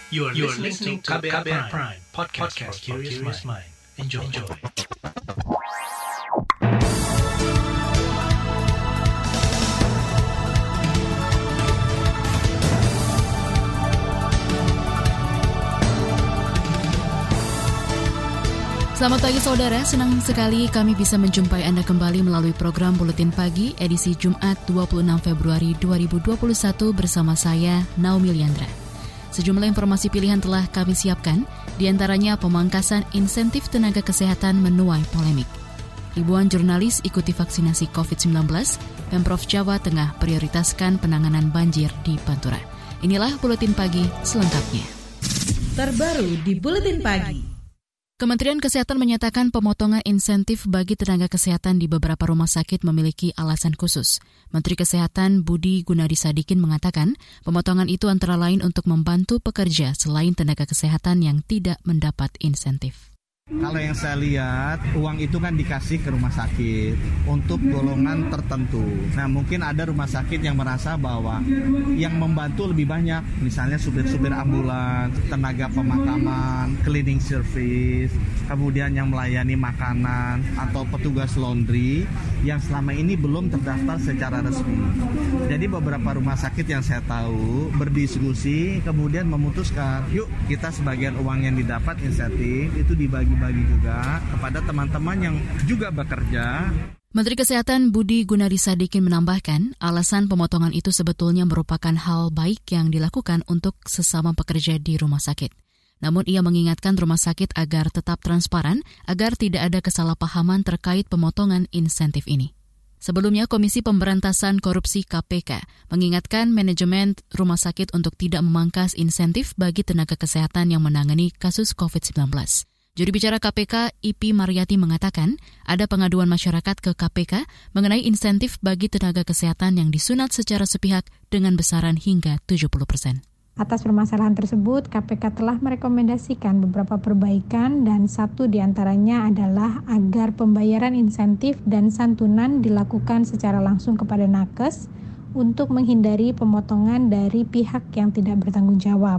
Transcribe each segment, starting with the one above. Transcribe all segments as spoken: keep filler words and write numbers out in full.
You are, you are listening to K B R Prime, Prime podcast, podcast for curious mind. Enjoy. Enjoy. Selamat pagi saudara, senang sekali kami bisa menjumpai Anda kembali melalui program Buletin Pagi edisi Jumat dua puluh enam Februari dua ribu dua puluh satu bersama saya, Naomi Liandra. Sejumlah informasi pilihan telah kami siapkan, diantaranya pemangkasan insentif tenaga kesehatan menuai polemik. Ribuan jurnalis ikuti vaksinasi covid sembilan belas, Pemprov Jawa Tengah prioritaskan penanganan banjir di Pantura. Inilah Buletin Pagi selengkapnya. Terbaru di Buletin Pagi. Kementerian Kesehatan menyatakan pemotongan insentif bagi tenaga kesehatan di beberapa rumah sakit memiliki alasan khusus. Menteri Kesehatan Budi Gunadi Sadikin mengatakan pemotongan itu antara lain untuk membantu pekerja selain tenaga kesehatan yang tidak mendapat insentif. Kalau yang saya lihat, uang itu kan dikasih ke rumah sakit untuk golongan tertentu. Nah, mungkin ada rumah sakit yang merasa bahwa yang membantu lebih banyak, misalnya supir-supir ambulans, tenaga pemakaman, cleaning service, kemudian yang melayani makanan, atau petugas laundry yang selama ini belum terdaftar secara resmi. Jadi beberapa rumah sakit yang saya tahu berdiskusi, kemudian memutuskan, yuk kita sebagian uang yang didapat insentif itu dibagi bagi juga kepada teman-teman yang juga bekerja. Menteri Kesehatan Budi Gunadi Sadikin menambahkan, alasan pemotongan itu sebetulnya merupakan hal baik yang dilakukan untuk sesama pekerja di rumah sakit. Namun ia mengingatkan rumah sakit agar tetap transparan, agar tidak ada kesalahpahaman terkait pemotongan insentif ini. Sebelumnya, Komisi Pemberantasan Korupsi K P K mengingatkan manajemen rumah sakit untuk tidak memangkas insentif bagi tenaga kesehatan yang menangani kasus covid sembilan belas. Juru bicara K P K, I P Mariati mengatakan, ada pengaduan masyarakat ke K P K mengenai insentif bagi tenaga kesehatan yang disunat secara sepihak dengan besaran hingga tujuh puluh persen. Atas permasalahan tersebut, K P K telah merekomendasikan beberapa perbaikan dan satu diantaranya adalah agar pembayaran insentif dan santunan dilakukan secara langsung kepada nakes untuk menghindari pemotongan dari pihak yang tidak bertanggung jawab.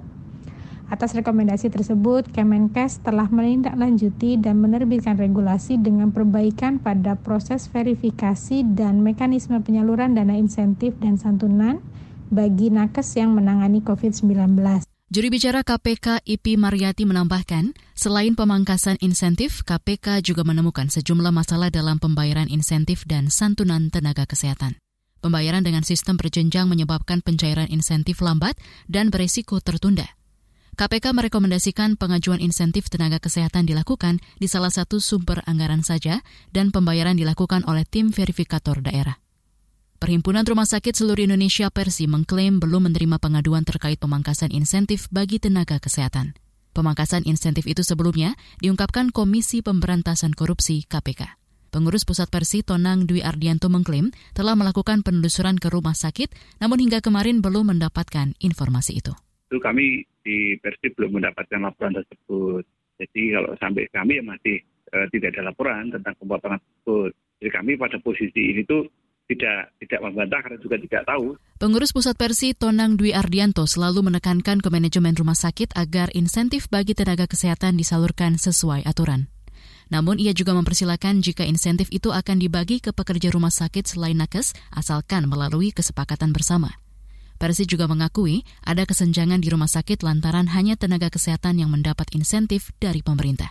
Atas rekomendasi tersebut, Kemenkes telah menindaklanjuti dan menerbitkan regulasi dengan perbaikan pada proses verifikasi dan mekanisme penyaluran dana insentif dan santunan bagi nakes yang menangani covid sembilan belas. Juru bicara K P K I P Mariati menambahkan, selain pemangkasan insentif, K P K juga menemukan sejumlah masalah dalam pembayaran insentif dan santunan tenaga kesehatan. Pembayaran dengan sistem berjenjang menyebabkan pencairan insentif lambat dan beresiko tertunda. K P K merekomendasikan pengajuan insentif tenaga kesehatan dilakukan di salah satu sumber anggaran saja dan pembayaran dilakukan oleh tim verifikator daerah. Perhimpunan Rumah Sakit Seluruh Indonesia Persi mengklaim belum menerima pengaduan terkait pemangkasan insentif bagi tenaga kesehatan. Pemangkasan insentif itu sebelumnya diungkapkan Komisi Pemberantasan Korupsi K P K. Pengurus Pusat Persi Tonang Dwi Ardianto mengklaim telah melakukan penelusuran ke rumah sakit, namun hingga kemarin belum mendapatkan informasi itu. Itu kami di Persi belum mendapatkan laporan tersebut. Jadi kalau sampai kami ya masih e, tidak ada laporan tentang pemotongan tersebut. Jadi kami pada posisi ini tuh tidak tidak membantah karena juga tidak tahu. Pengurus Pusat Persi Tonang Dwi Ardianto selalu menekankan ke manajemen rumah sakit agar insentif bagi tenaga kesehatan disalurkan sesuai aturan. Namun ia juga mempersilakan jika insentif itu akan dibagi ke pekerja rumah sakit selain nakes asalkan melalui kesepakatan bersama. Persi juga mengakui ada kesenjangan di rumah sakit lantaran hanya tenaga kesehatan yang mendapat insentif dari pemerintah.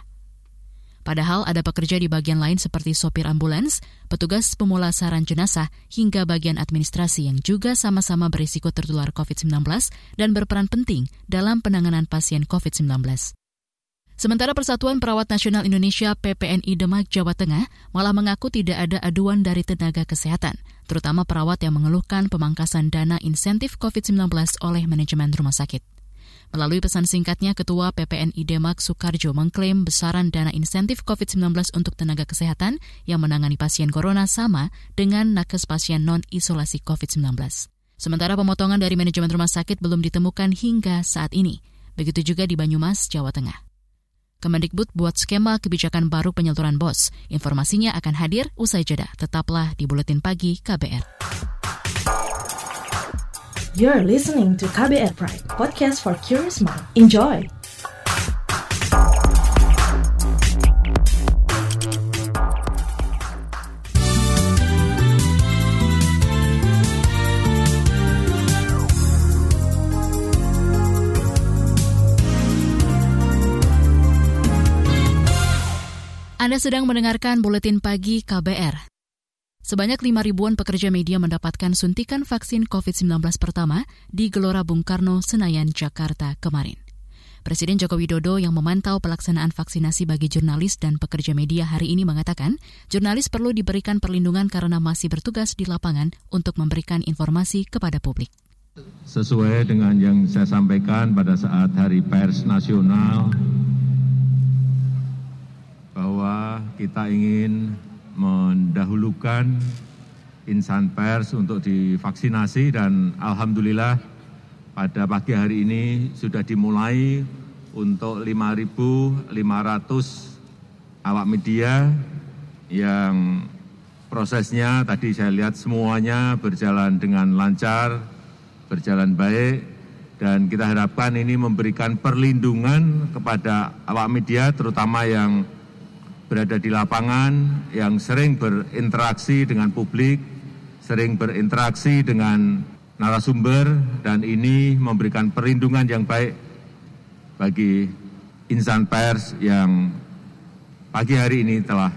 Padahal ada pekerja di bagian lain seperti sopir ambulans, petugas pemulasaran jenazah, hingga bagian administrasi yang juga sama-sama berisiko tertular covid sembilan belas dan berperan penting dalam penanganan pasien covid sembilan belas. Sementara Persatuan Perawat Nasional Indonesia P P N I Demak, Jawa Tengah malah mengaku tidak ada aduan dari tenaga kesehatan, terutama perawat yang mengeluhkan pemangkasan dana insentif covid sembilan belas oleh manajemen rumah sakit. Melalui pesan singkatnya, Ketua P P N I Demak Soekarjo mengklaim besaran dana insentif covid sembilan belas untuk tenaga kesehatan yang menangani pasien corona sama dengan nakes pasien non-isolasi covid sembilan belas. Sementara pemotongan dari manajemen rumah sakit belum ditemukan hingga saat ini. Begitu juga di Banyumas, Jawa Tengah. Kemendikbud buat skema kebijakan baru penyaluran B O S. Informasinya akan hadir usai jeda. Tetaplah di Buletin Pagi K B R. You're listening to K B R Prime, podcast for curious mind. Enjoy! Anda sedang mendengarkan Buletin Pagi K B R. Sebanyak lima ribuan pekerja media mendapatkan suntikan vaksin covid sembilan belas pertama di Gelora Bung Karno, Senayan, Jakarta kemarin. Presiden Joko Widodo yang memantau pelaksanaan vaksinasi bagi jurnalis dan pekerja media hari ini mengatakan, jurnalis perlu diberikan perlindungan karena masih bertugas di lapangan untuk memberikan informasi kepada publik. Sesuai dengan yang saya sampaikan pada saat Hari Pers Nasional, bahwa kita ingin mendahulukan insan pers untuk divaksinasi dan alhamdulillah pada pagi hari ini sudah dimulai untuk lima ribu lima ratus awak media yang prosesnya tadi saya lihat semuanya berjalan dengan lancar, berjalan baik dan kita harapkan ini memberikan perlindungan kepada awak media terutama yang berada di lapangan, yang sering berinteraksi dengan publik, sering berinteraksi dengan narasumber, dan ini memberikan perlindungan yang baik bagi insan pers yang pagi hari ini telah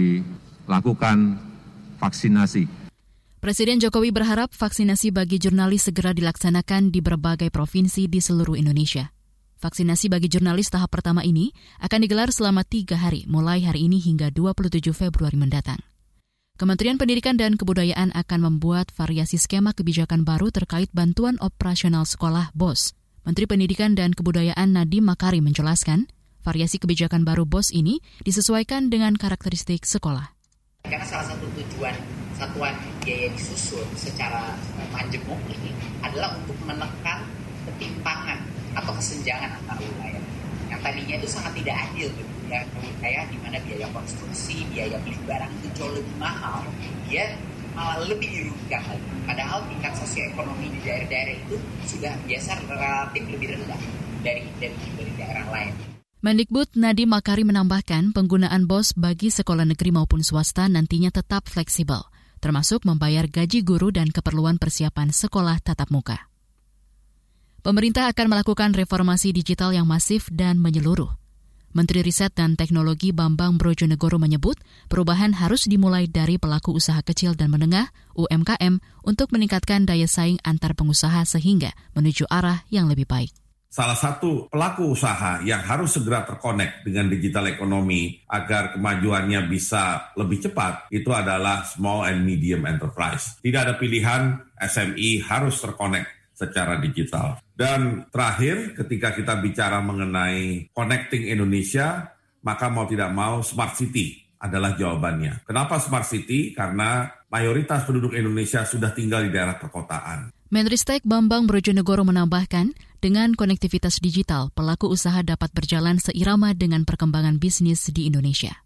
dilakukan vaksinasi. Presiden Jokowi berharap vaksinasi bagi jurnalis segera dilaksanakan di berbagai provinsi di seluruh Indonesia. Vaksinasi bagi jurnalis tahap pertama ini akan digelar selama tiga hari, mulai hari ini hingga dua puluh tujuh Februari mendatang. Kementerian Pendidikan dan Kebudayaan akan membuat variasi skema kebijakan baru terkait bantuan operasional sekolah B O S. Menteri Pendidikan dan Kebudayaan Nadiem Makarim menjelaskan, variasi kebijakan baru B O S ini disesuaikan dengan karakteristik sekolah. Karena salah satu tujuan satuan biaya disusun secara majemuk ini adalah untuk menekan ketimpangan atau kesenjangan antar wilayah. Yang tadinya itu sangat tidak adil gitu ya, wilayah di mana biaya konstruksi, biaya beli barang itu jauh lebih mahal, dia malah lebih dirugikan lagi. Padahal tingkat sosioekonomi di daerah-daerah itu sudah biasa relatif lebih rendah dari dari, dari daerah lain. Mendikbud Nadiem Makarim menambahkan penggunaan B O S bagi sekolah negeri maupun swasta nantinya tetap fleksibel, termasuk membayar gaji guru dan keperluan persiapan sekolah tatap muka. Pemerintah akan melakukan reformasi digital yang masif dan menyeluruh. Menteri Riset dan Teknologi Bambang Brojonegoro menyebut perubahan harus dimulai dari pelaku usaha kecil dan menengah U M K M untuk meningkatkan daya saing antar pengusaha sehingga menuju arah yang lebih baik. Salah satu pelaku usaha yang harus segera terkonek dengan digital ekonomi agar kemajuannya bisa lebih cepat itu adalah small and medium enterprise. Tidak ada pilihan, S M E harus terkonek secara digital. Dan terakhir, ketika kita bicara mengenai connecting Indonesia, maka mau tidak mau Smart City adalah jawabannya. Kenapa Smart City? Karena mayoritas penduduk Indonesia sudah tinggal di daerah perkotaan. Menristek Bambang Brojonegoro menambahkan, dengan konektivitas digital, pelaku usaha dapat berjalan seirama dengan perkembangan bisnis di Indonesia.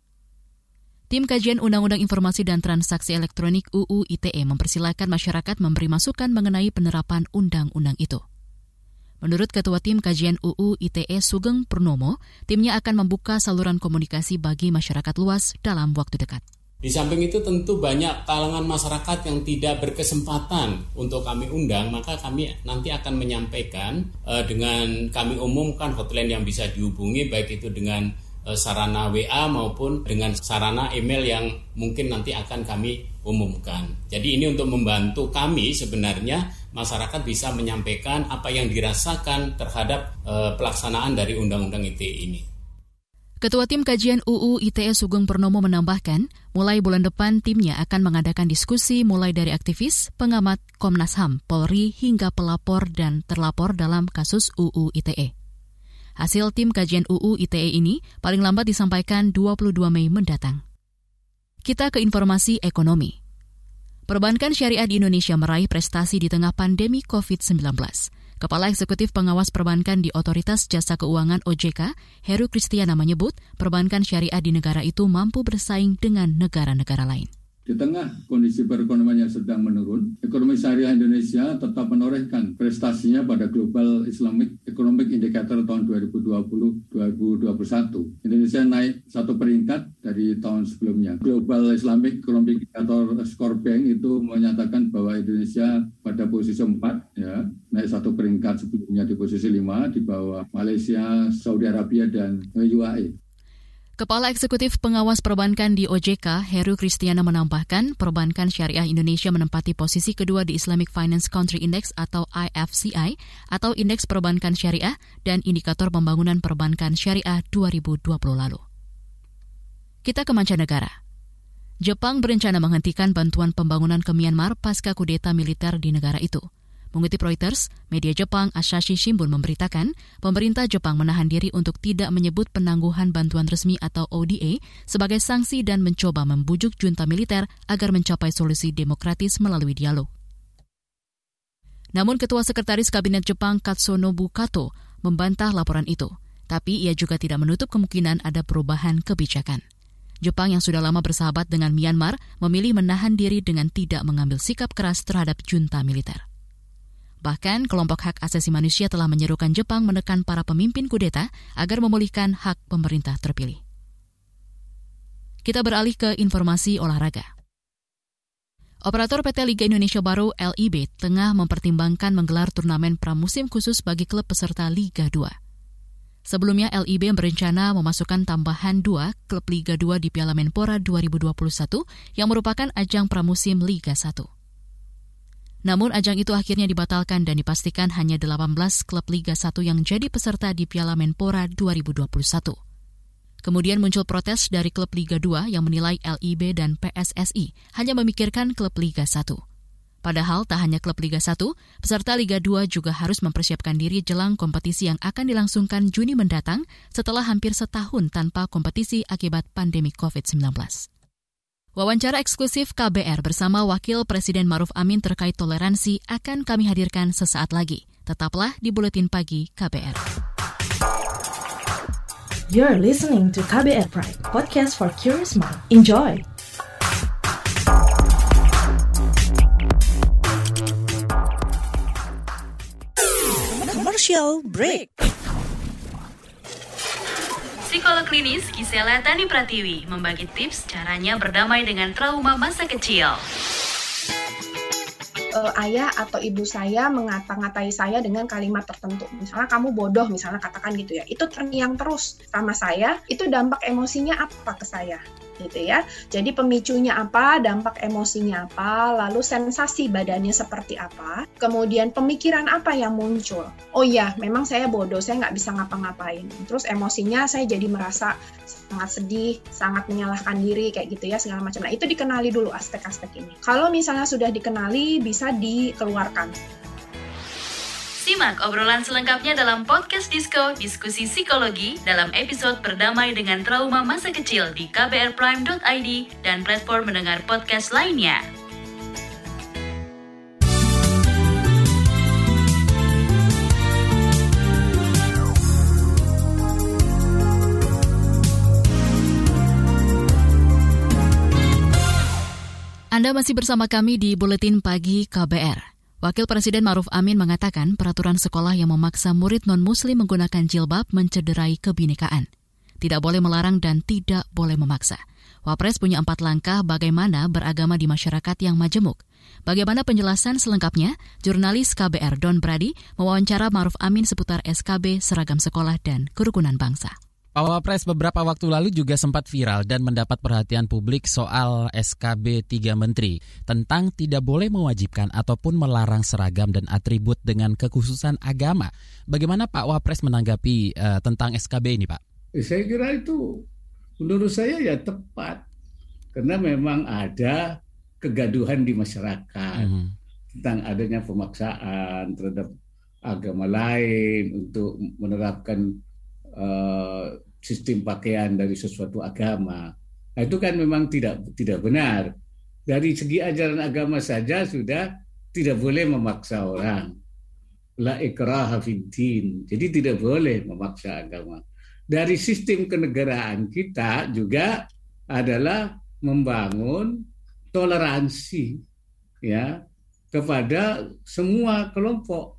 Tim Kajian Undang-Undang Informasi dan Transaksi Elektronik U U I T E mempersilakan masyarakat memberi masukan mengenai penerapan undang-undang itu. Menurut Ketua Tim Kajian U U I T E Sugeng Purnomo, timnya akan membuka saluran komunikasi bagi masyarakat luas dalam waktu dekat. Di samping itu tentu banyak kalangan masyarakat yang tidak berkesempatan untuk kami undang, maka kami nanti akan menyampaikan eh, dengan kami umumkan hotline yang bisa dihubungi, baik itu dengan sarana W A maupun dengan sarana email yang mungkin nanti akan kami umumkan. Jadi ini untuk membantu kami sebenarnya masyarakat bisa menyampaikan apa yang dirasakan terhadap e, pelaksanaan dari Undang-Undang I T E ini. Ketua Tim Kajian U U I T E Sugeng Purnomo menambahkan, mulai bulan depan timnya akan mengadakan diskusi mulai dari aktivis, pengamat, Komnas H A M, Polri hingga pelapor dan terlapor dalam kasus U U I T E. Hasil tim kajian U U I T E ini paling lambat disampaikan dua puluh dua Mei mendatang. Kita ke informasi ekonomi. Perbankan syariah di Indonesia meraih prestasi di tengah pandemi covid sembilan belas. Kepala Eksekutif Pengawas Perbankan di Otoritas Jasa Keuangan O J K, Heru Kristiana menyebut perbankan syariah di negara itu mampu bersaing dengan negara-negara lain. Di tengah kondisi perekonomian yang sedang menurun, ekonomi syariah Indonesia tetap menorehkan prestasinya pada Global Islamic Economic Indicator tahun dua ribu dua puluh sampai dua ribu dua puluh satu. Indonesia naik satu peringkat dari tahun sebelumnya. Global Islamic Economic Indicator Score Bank itu menyatakan bahwa Indonesia pada posisi empat, ya, naik satu peringkat, sebelumnya di posisi lima, di bawah Malaysia, Saudi Arabia, dan U A E. Kepala Eksekutif Pengawas Perbankan di O J K, Heru Kristiana menambahkan, perbankan syariah Indonesia menempati posisi kedua di Islamic Finance Country Index atau I F C I, atau Indeks Perbankan Syariah dan Indikator Pembangunan Perbankan Syariah dua ribu dua puluh lalu. Kita ke mancanegara. Jepang berencana menghentikan bantuan pembangunan ke Myanmar pasca kudeta militer di negara itu. Mengutip Reuters, media Jepang Asahi Shimbun memberitakan pemerintah Jepang menahan diri untuk tidak menyebut penangguhan bantuan resmi atau O D A sebagai sanksi dan mencoba membujuk junta militer agar mencapai solusi demokratis melalui dialog. Namun Ketua Sekretaris Kabinet Jepang Katsunobu Kato membantah laporan itu, tapi ia juga tidak menutup kemungkinan ada perubahan kebijakan. Jepang yang sudah lama bersahabat dengan Myanmar memilih menahan diri dengan tidak mengambil sikap keras terhadap junta militer. Bahkan, kelompok hak asasi manusia telah menyerukan Jepang menekan para pemimpin kudeta agar memulihkan hak pemerintah terpilih. Kita beralih ke informasi olahraga. Operator P T Liga Indonesia Baru L I B tengah mempertimbangkan menggelar turnamen pramusim khusus bagi klub peserta Liga dua. Sebelumnya, L I B berencana memasukkan tambahan dua klub Liga dua di Piala Menpora dua ribu dua puluh satu yang merupakan ajang pramusim Liga satu. Namun ajang itu akhirnya dibatalkan dan dipastikan hanya delapan belas klub Liga satu yang jadi peserta di Piala Menpora dua ribu dua puluh satu. Kemudian muncul protes dari klub Liga dua yang menilai L I B dan P S S I hanya memikirkan klub Liga satu. Padahal tak hanya klub Liga satu, peserta Liga dua juga harus mempersiapkan diri jelang kompetisi yang akan dilangsungkan Juni mendatang setelah hampir setahun tanpa kompetisi akibat pandemi covid sembilan belas. Wawancara eksklusif K B R bersama Wakil Presiden Maruf Amin terkait toleransi akan kami hadirkan sesaat lagi. Tetaplah di Buletin Pagi K B R. You're listening to K B R Prime, podcast for curious mind. Enjoy! Commercial break. Psikolog klinis Gisela Tani Pratiwi membagi tips caranya berdamai dengan trauma masa kecil. Uh, ayah atau ibu saya mengata-ngatai saya dengan kalimat tertentu. Misalnya kamu bodoh, misalnya katakan gitu ya. Itu terngiang terus sama saya, itu dampak emosinya apa ke saya? Gitu ya. Jadi pemicunya apa, dampak emosinya apa, lalu sensasi badannya seperti apa, kemudian pemikiran apa yang muncul. Oh iya, memang saya bodoh, saya nggak bisa ngapa-ngapain. Terus emosinya saya jadi merasa sangat sedih, sangat menyalahkan diri, kayak gitu ya, segala macam. Nah, itu dikenali dulu aspek-aspek ini. Kalau misalnya sudah dikenali, bisa dikeluarkan. Simak obrolan selengkapnya dalam podcast Disko, Diskusi Psikologi, dalam episode Berdamai dengan Trauma Masa Kecil di k b r prime dot i d dan platform mendengar podcast lainnya. Anda masih bersama kami di Buletin Pagi K B R. Wakil Presiden Maruf Amin mengatakan peraturan sekolah yang memaksa murid non-muslim menggunakan jilbab mencederai kebinekaan. Tidak boleh melarang dan tidak boleh memaksa. Wapres punya empat langkah bagaimana beragama di masyarakat yang majemuk. Bagaimana penjelasan selengkapnya? Jurnalis K B R Don Brady mewawancara Maruf Amin seputar S K B, seragam sekolah, dan kerukunan bangsa. Pak Wapres beberapa waktu lalu juga sempat viral dan mendapat perhatian publik soal S K B tiga Menteri tentang tidak boleh mewajibkan ataupun melarang seragam dan atribut dengan kekhususan agama. Bagaimana Pak Wapres menanggapi uh, tentang S K B ini, Pak? Saya kira itu menurut saya ya tepat karena memang ada kegaduhan di masyarakat hmm. tentang adanya pemaksaan terhadap agama lain untuk menerapkan Uh, sistem pakaian dari sesuatu agama. Nah, itu kan memang tidak tidak benar. Dari segi ajaran agama saja sudah tidak boleh memaksa orang. La ikraha fiddin. Jadi tidak boleh memaksa agama. Dari sistem kenegaraan kita juga adalah membangun toleransi ya kepada semua kelompok.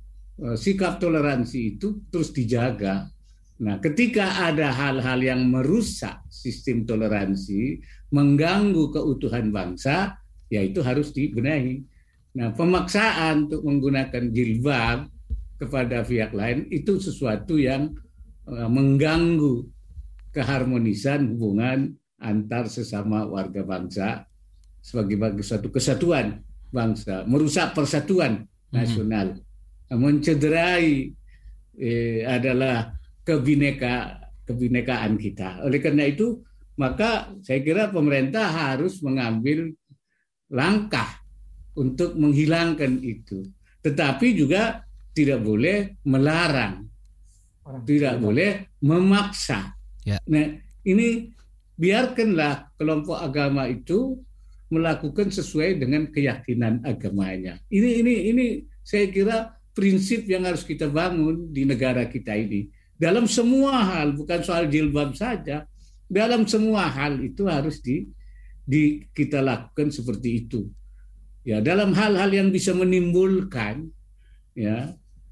Sikap toleransi itu terus dijaga. Nah, ketika ada hal-hal yang merusak sistem toleransi, mengganggu keutuhan bangsa, ya itu harus dibenahi. Nah, pemaksaan untuk menggunakan jilbab kepada pihak lain itu sesuatu yang uh, mengganggu keharmonisan hubungan antar sesama warga bangsa sebagai suatu kesatuan bangsa, merusak persatuan nasional, mm-hmm. mencederai eh, adalah kebineka kebinekaan kita. Oleh karena itu, maka saya kira pemerintah harus mengambil langkah untuk menghilangkan itu. Tetapi juga tidak boleh melarang, tidak boleh memaksa. Ya. Nah, ini biarkanlah kelompok agama itu melakukan sesuai dengan keyakinan agamanya. Ini ini ini saya kira prinsip yang harus kita bangun di negara kita ini. Dalam semua hal, bukan soal jilbab saja, dalam semua hal itu harus di, di kita lakukan seperti itu. Ya, dalam hal-hal yang bisa menimbulkan ya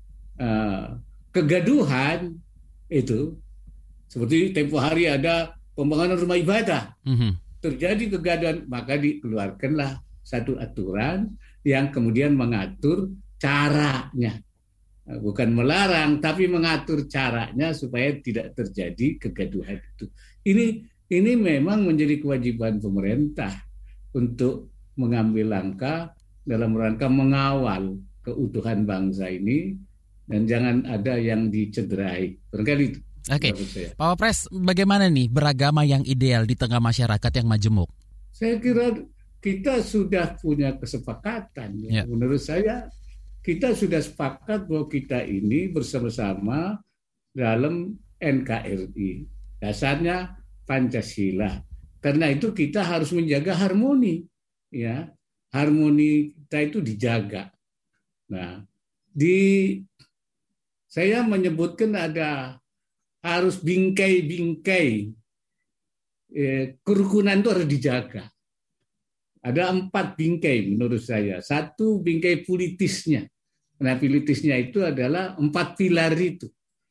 uh, kegaduhan itu, seperti tempo hari ada pembangunan rumah ibadah. Mm-hmm. Terjadi kegaduhan, maka dikeluarkanlah satu aturan yang kemudian mengatur caranya. Bukan melarang, tapi mengatur caranya supaya tidak terjadi kegaduhan itu. Ini ini memang menjadi kewajiban pemerintah untuk mengambil langkah dalam rangka mengawal keutuhan bangsa ini dan jangan ada yang dicederai. Barangkali itu. Oke, okay. Pak Wapres, bagaimana nih beragama yang ideal di tengah masyarakat yang majemuk? Saya kira kita sudah punya kesepakatan. Ya. Menurut saya kita sudah sepakat bahwa kita ini bersama-sama dalam N K R I. Dasarnya Pancasila. Karena itu kita harus menjaga harmoni. Ya, harmoni kita itu dijaga. Nah, di saya menyebutkan ada harus bingkai-bingkai eh, kerukunan itu harus dijaga. Ada empat bingkai menurut saya. Satu bingkai politisnya. Nah, politisnya itu adalah empat pilar itu.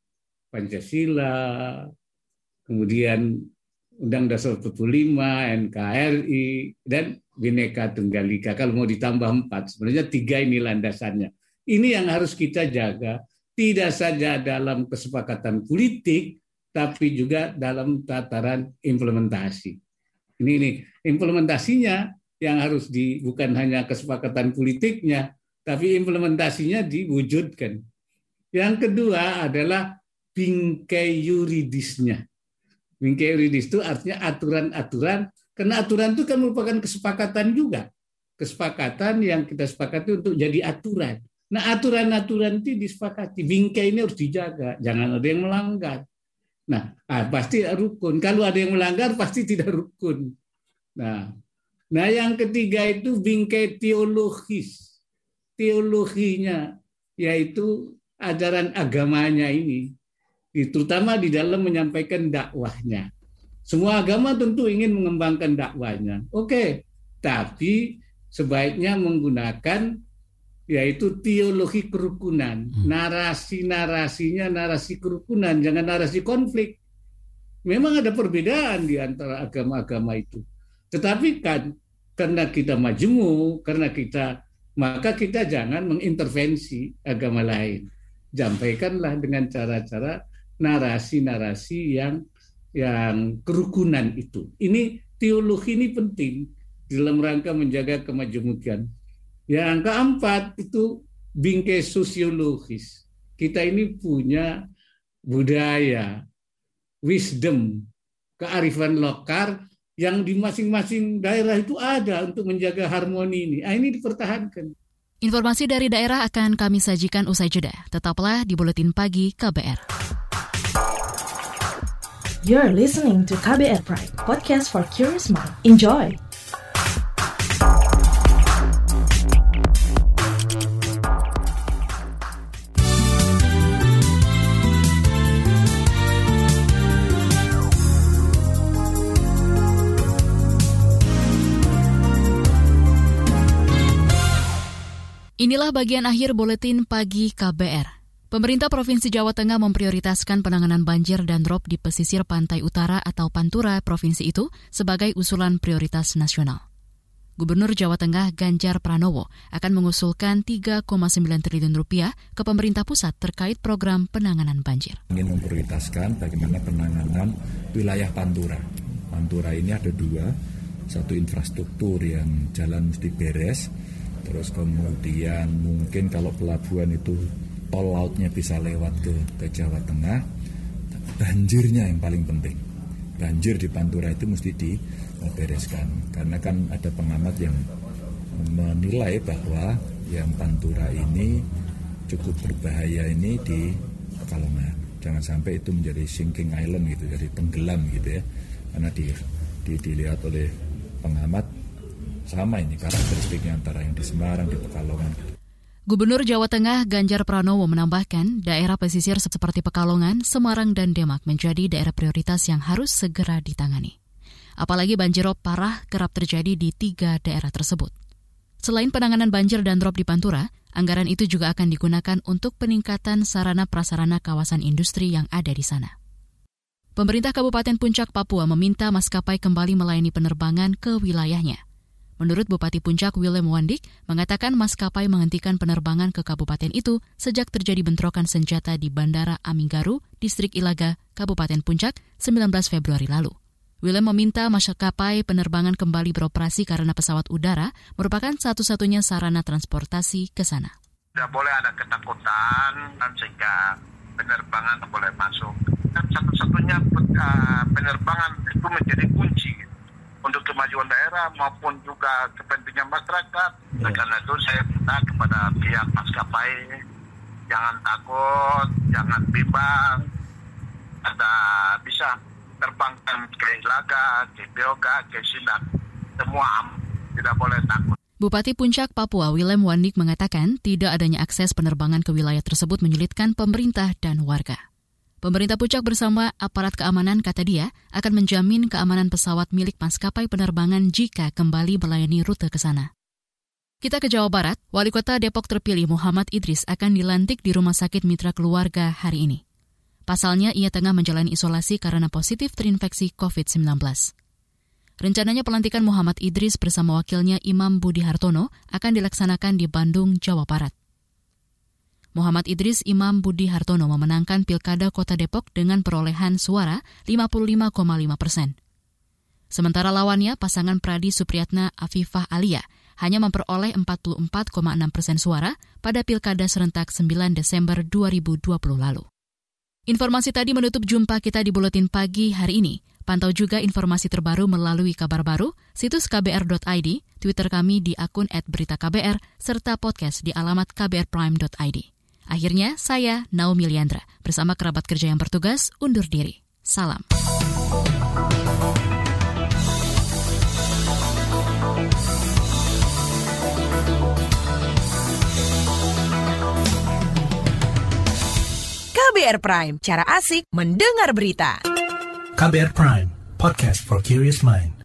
Pancasila, kemudian Undang Dasar empat puluh lima, N K R I, dan Bhinneka Tunggal Ika. Kalau mau ditambah empat, sebenarnya tiga ini landasannya. Ini yang harus kita jaga. Tidak saja dalam kesepakatan politik, tapi juga dalam tataran implementasi. Ini, ini implementasinya yang harus di bukan hanya kesepakatan politiknya, tapi implementasinya diwujudkan. Yang kedua adalah bingkai yuridisnya. Bingkai yuridis itu artinya aturan-aturan, karena aturan itu kan merupakan kesepakatan juga. Kesepakatan yang kita sepakati untuk jadi aturan. Nah, aturan-aturan itu disepakati. Bingkai ini harus dijaga. Jangan ada yang melanggar. Nah, ah, pasti rukun. Kalau ada yang melanggar, pasti tidak rukun. Nah, nah yang ketiga itu bingkai teologis. Teologinya, yaitu ajaran agamanya ini. Terutama di dalam menyampaikan dakwahnya. Semua agama tentu ingin mengembangkan dakwahnya. Oke, tapi sebaiknya menggunakan yaitu teologi kerukunan, narasi-narasinya narasi kerukunan, jangan narasi konflik. Memang ada perbedaan di antara agama-agama itu. Tetapi kan karena kita majemuk, karena kita maka kita jangan mengintervensi agama lain. Sampaikanlah dengan cara-cara narasi-narasi yang yang kerukunan itu. Ini teologi ini penting dalam rangka menjaga kemajemukan. Yang keempat itu bingkai sosiologis. Kita ini punya budaya, wisdom, kearifan lokal yang di masing-masing daerah itu ada untuk menjaga harmoni ini. Nah, ini dipertahankan. Informasi dari daerah akan kami sajikan usai jeda. Tetaplah di Buletin Pagi K B R. You're listening to K B R Pride, podcast for curious mind. Enjoy! Inilah bagian akhir buletin pagi K B R. Pemerintah Provinsi Jawa Tengah memprioritaskan penanganan banjir dan rob di pesisir pantai utara atau Pantura provinsi itu sebagai usulan prioritas nasional. Gubernur Jawa Tengah Ganjar Pranowo akan mengusulkan tiga koma sembilan triliun rupiah ke pemerintah pusat terkait program penanganan banjir. Ingin memprioritaskan bagaimana penanganan wilayah Pantura. Pantura ini ada dua, satu infrastruktur yang jalan mesti beres, terus kemudian mungkin kalau pelabuhan itu tol lautnya bisa lewat ke, ke Jawa Tengah, banjirnya yang paling penting. Banjir di Pantura itu mesti dibereskan, karena kan ada pengamat yang menilai bahwa yang Pantura ini cukup berbahaya ini di Pekalongan. Jangan sampai itu menjadi sinking island gitu, jadi tenggelam gitu ya, karena di, di, dilihat oleh pengamat sama ini karakteristiknya antara yang di Semarang, di Pekalongan gitu. Gubernur Jawa Tengah Ganjar Pranowo menambahkan daerah pesisir seperti Pekalongan, Semarang, dan Demak menjadi daerah prioritas yang harus segera ditangani. Apalagi banjirop parah kerap terjadi di tiga daerah tersebut. Selain penanganan banjir dan rob di Pantura, anggaran itu juga akan digunakan untuk peningkatan sarana prasarana kawasan industri yang ada di sana. Pemerintah Kabupaten Puncak, Papua meminta maskapai kembali melayani penerbangan ke wilayahnya. Menurut Bupati Puncak Willem Wandik, mengatakan maskapai menghentikan penerbangan ke kabupaten itu sejak terjadi bentrokan senjata di Bandara Aminggaru, Distrik Ilaga, Kabupaten Puncak, sembilan belas Februari lalu. Willem meminta maskapai penerbangan kembali beroperasi karena pesawat udara merupakan satu-satunya sarana transportasi ke sana. Tidak boleh ada ketakutan sehingga penerbangan boleh masuk. Dan satu-satunya penerbangan itu menjadi kunci untuk kemajuan daerah maupun juga kepentingan masyarakat. Hmm. Karena itu saya minta kepada pihak maskapai jangan takut, jangan bimbang. Ada bisa terbangkan ke Ilaga, ke Beoga, ke Sindang. Semua aman, tidak boleh takut. Bupati Puncak, Papua Willem Wandik mengatakan tidak adanya akses penerbangan ke wilayah tersebut menyulitkan pemerintah dan warga. Pemerintah Puncak bersama aparat keamanan, kata dia, akan menjamin keamanan pesawat milik maskapai penerbangan jika kembali melayani rute ke sana. Kita ke Jawa Barat, Wali Kota Depok terpilih Muhammad Idris akan dilantik di Rumah Sakit Mitra Keluarga hari ini. Pasalnya, ia tengah menjalani isolasi karena positif terinfeksi covid sembilan belas. Rencananya pelantikan Muhammad Idris bersama wakilnya Imam Budi Hartono akan dilaksanakan di Bandung, Jawa Barat. Muhammad Idris Imam Budi Hartono memenangkan Pilkada Kota Depok dengan perolehan suara lima puluh lima koma lima persen. Sementara lawannya, pasangan Pradi Supriyatna Afifah Alia, hanya memperoleh empat puluh empat koma enam persen suara pada Pilkada serentak sembilan Desember dua ribu dua puluh lalu. Informasi tadi menutup jumpa kita di Buletin Pagi hari ini. Pantau juga informasi terbaru melalui kabar baru, situs k b r dot i d, Twitter kami di akun et berita k b r, serta podcast di alamat k b r prime dot i d. Akhirnya, saya, Naomi Liandra, bersama kerabat kerja yang bertugas, undur diri. Salam. K B R Prime, cara asik mendengar berita. K B R Prime, podcast for curious mind.